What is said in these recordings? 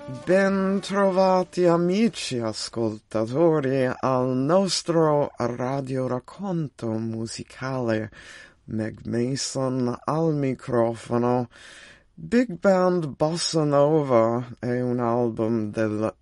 Ben trovati amici ascoltatori al nostro radioracconto musicale. Meg Mason al microfono. Big Band Bossa Nova è un album del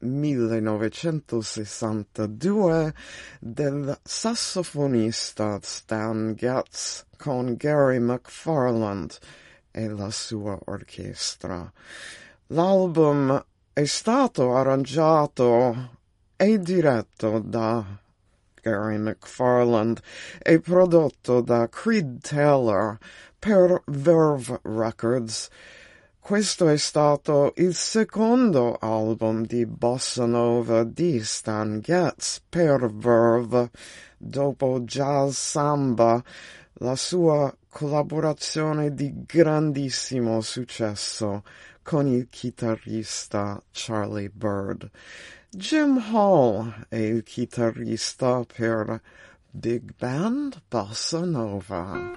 1962 del sassofonista Stan Getz con Gary McFarland e la sua orchestra. L'album è stato arrangiato e diretto da Gary McFarland e prodotto da Creed Taylor per Verve Records. Questo è stato il secondo album di bossa nova di Stan Getz per Verve, dopo Jazz Samba, la sua collaborazione di grandissimo successo con il chitarrista Charlie Bird. Jim Hall è il chitarrista per Big Band Bossa Nova.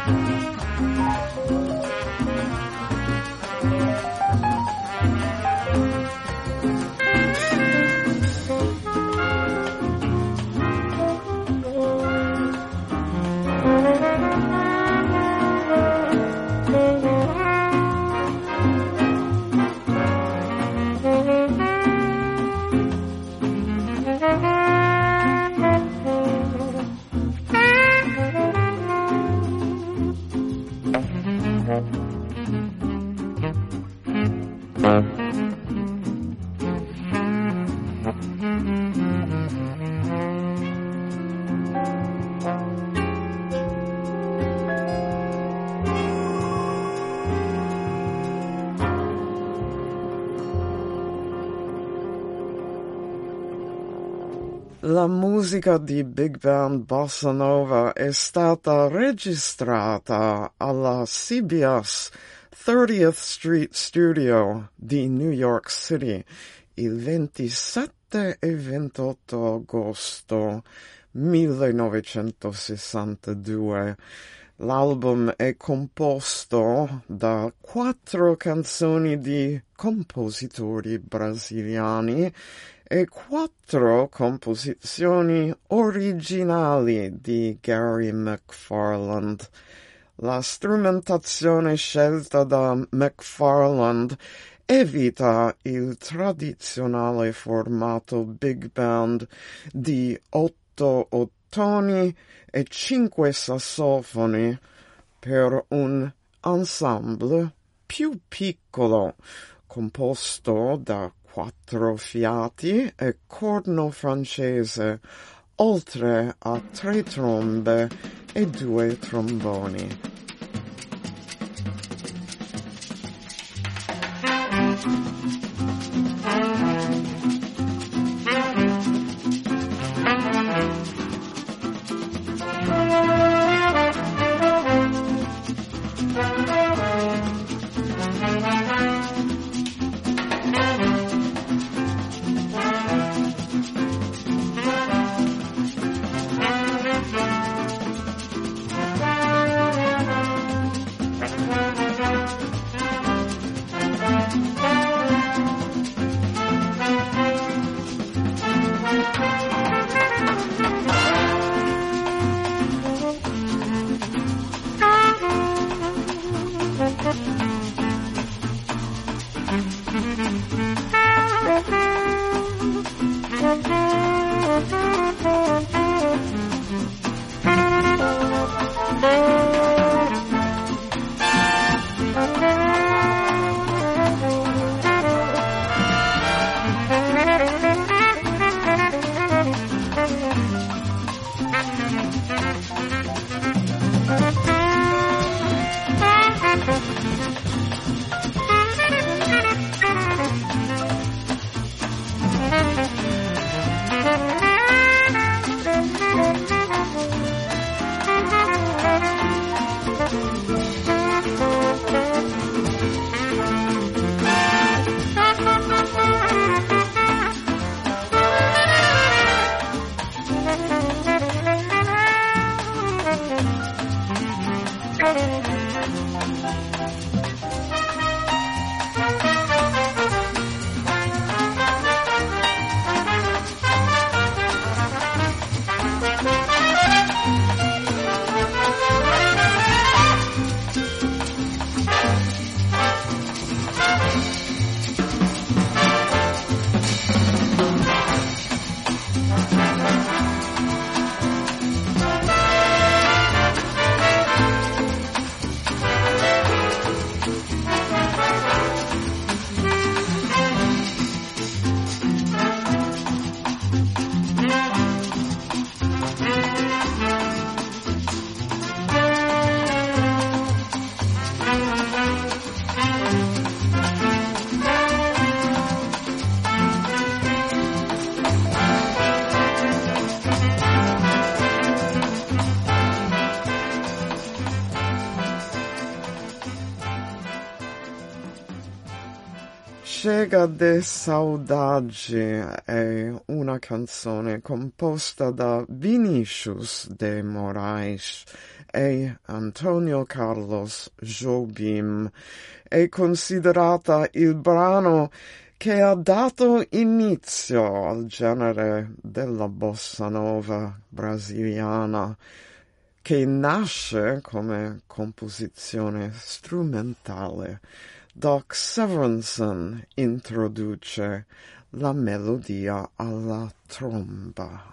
La musica di Big Band Bossa Nova è stata registrata alla CBS 30th Street Studio di New York City il 27 e 28 agosto 1962. L'album è composto da 4 canzoni di compositori brasiliani e 4 composizioni originali di Gary McFarland. La strumentazione scelta da McFarland evita il tradizionale formato big band di 8 ottoni e 5 sassofoni per un ensemble più piccolo, composto da 4 fiati e corno francese, oltre a 3 trombe e 2 tromboni. Chega de Saudade è una canzone composta da Vinícius de Moraes e Antonio Carlos Jobim. È considerata il brano che ha dato inizio al genere della bossa nova brasiliana, che nasce come composizione strumentale. Doc Severinsen introduce la melodia alla tromba.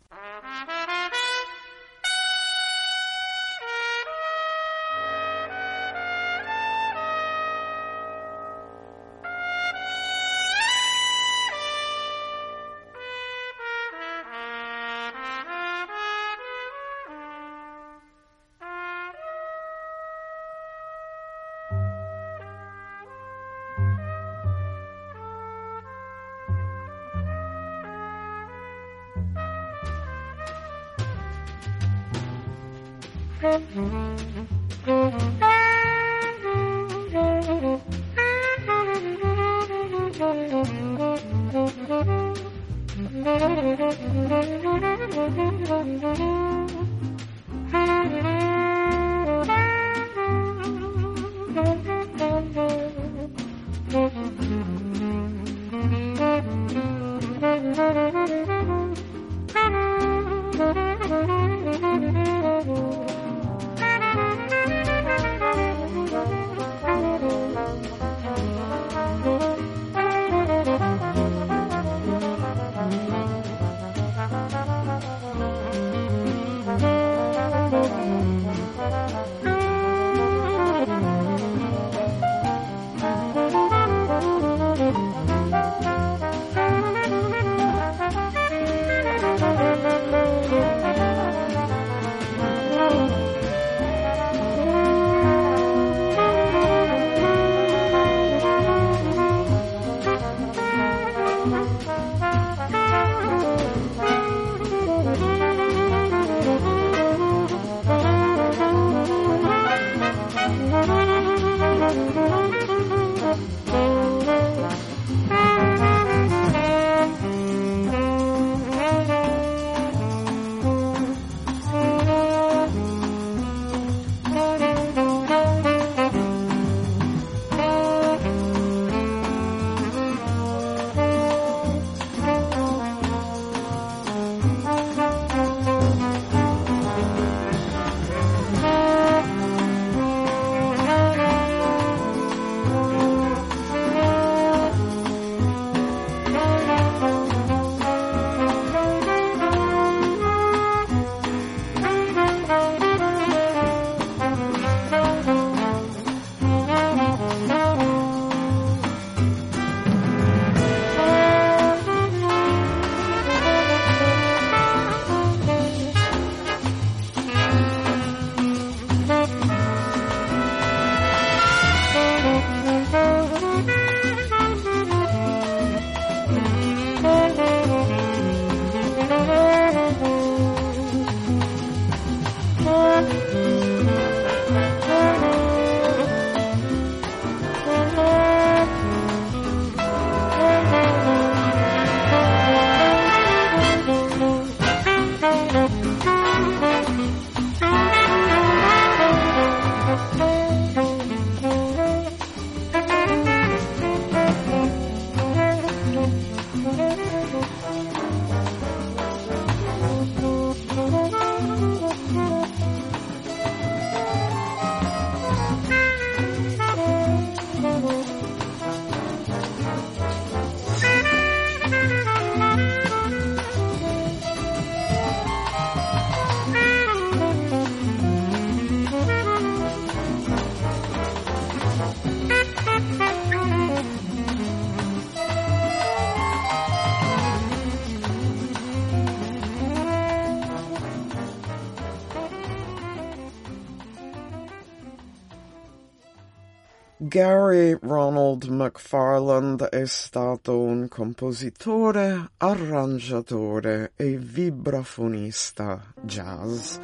Gary Ronald McFarland è stato un compositore, arrangiatore e vibrafonista jazz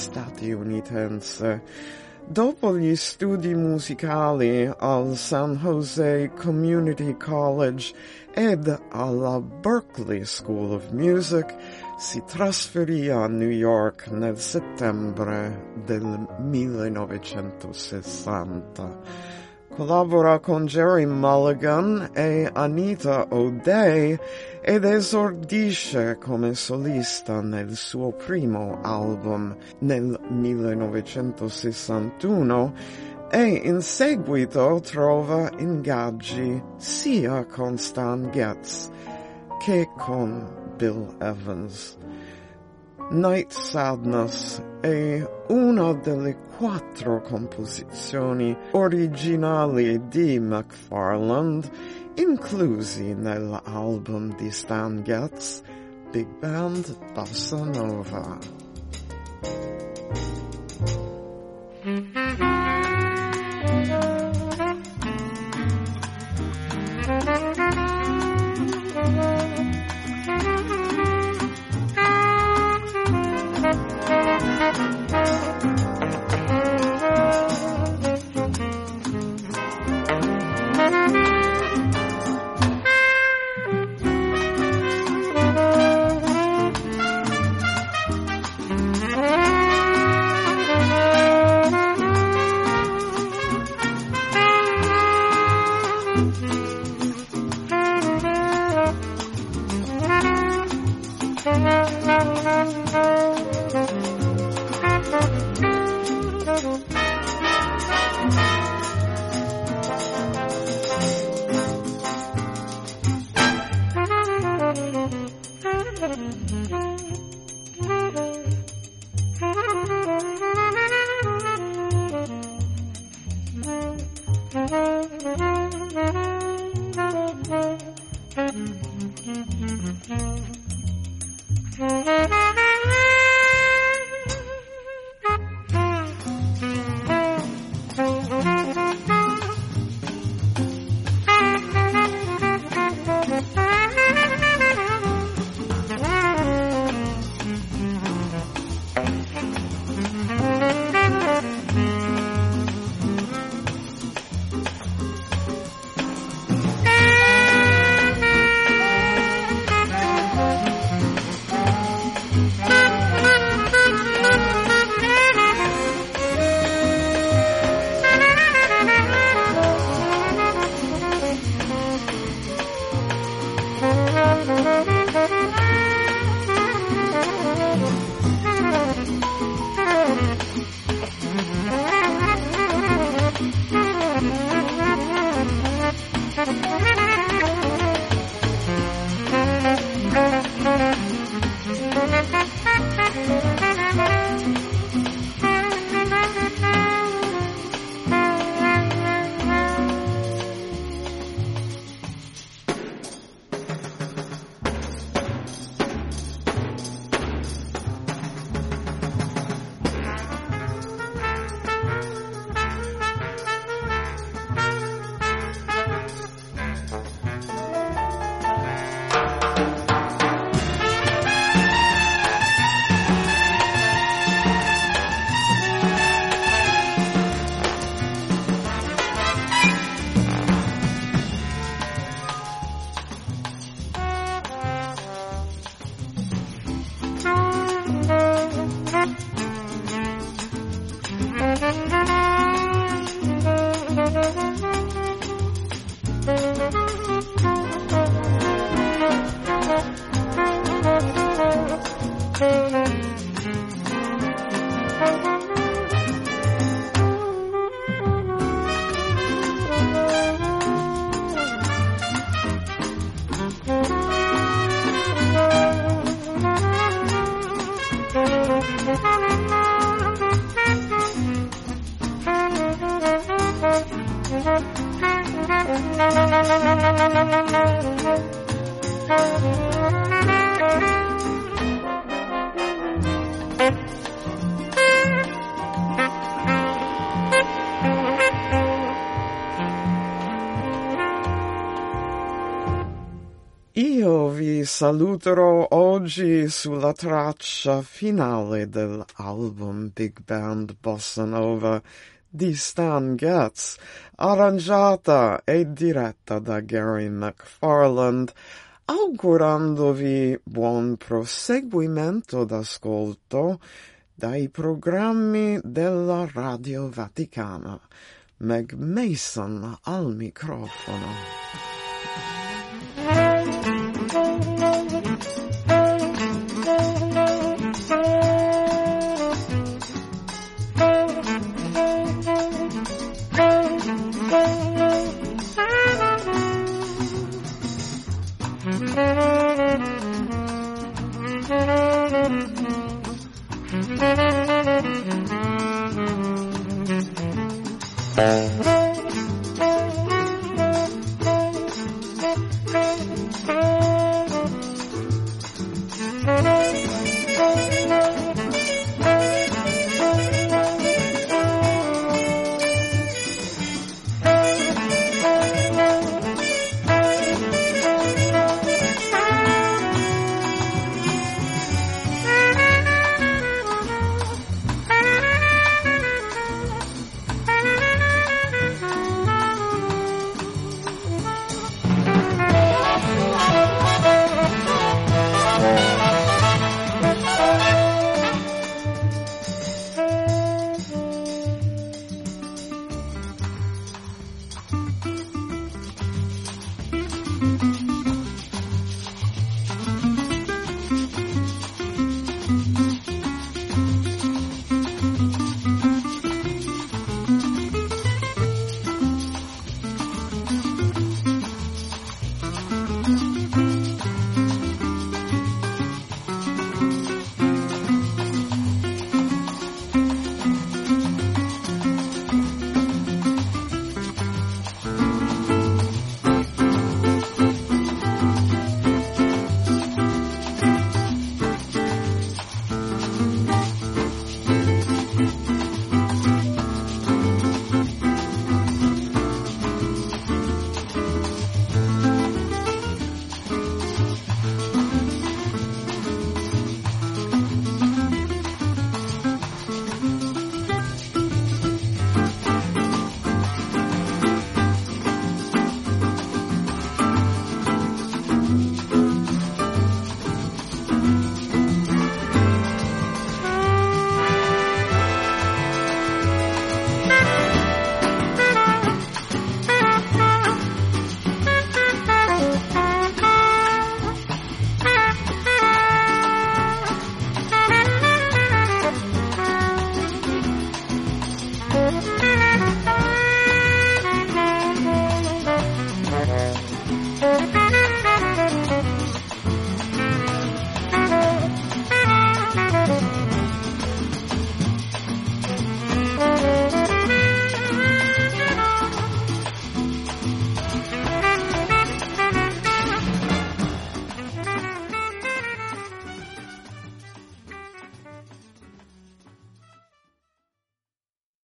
statunitense. Dopo gli studi musicali al San Jose Community College ed alla Berklee School of Music, si trasferì a New York nel settembre del 1960. Collabora con Gerry Mulligan e Anita O'Day ed esordisce come solista nel suo primo album nel 1961 e in seguito trova ingaggi sia con Stan Getz che con Bill Evans. Night Sadness è una delle 4 composizioni originali di McFarland inclusi nell'album di Stan Getz, Big Band Bossa Nova. Io vi saluterò oggi sulla traccia finale dell'album Big Band Bossa Nova di Stan Getz, arrangiata e diretta da Gary McFarland, augurandovi buon proseguimento d'ascolto dai programmi della Radio Vaticana. Meg Mason al microfono.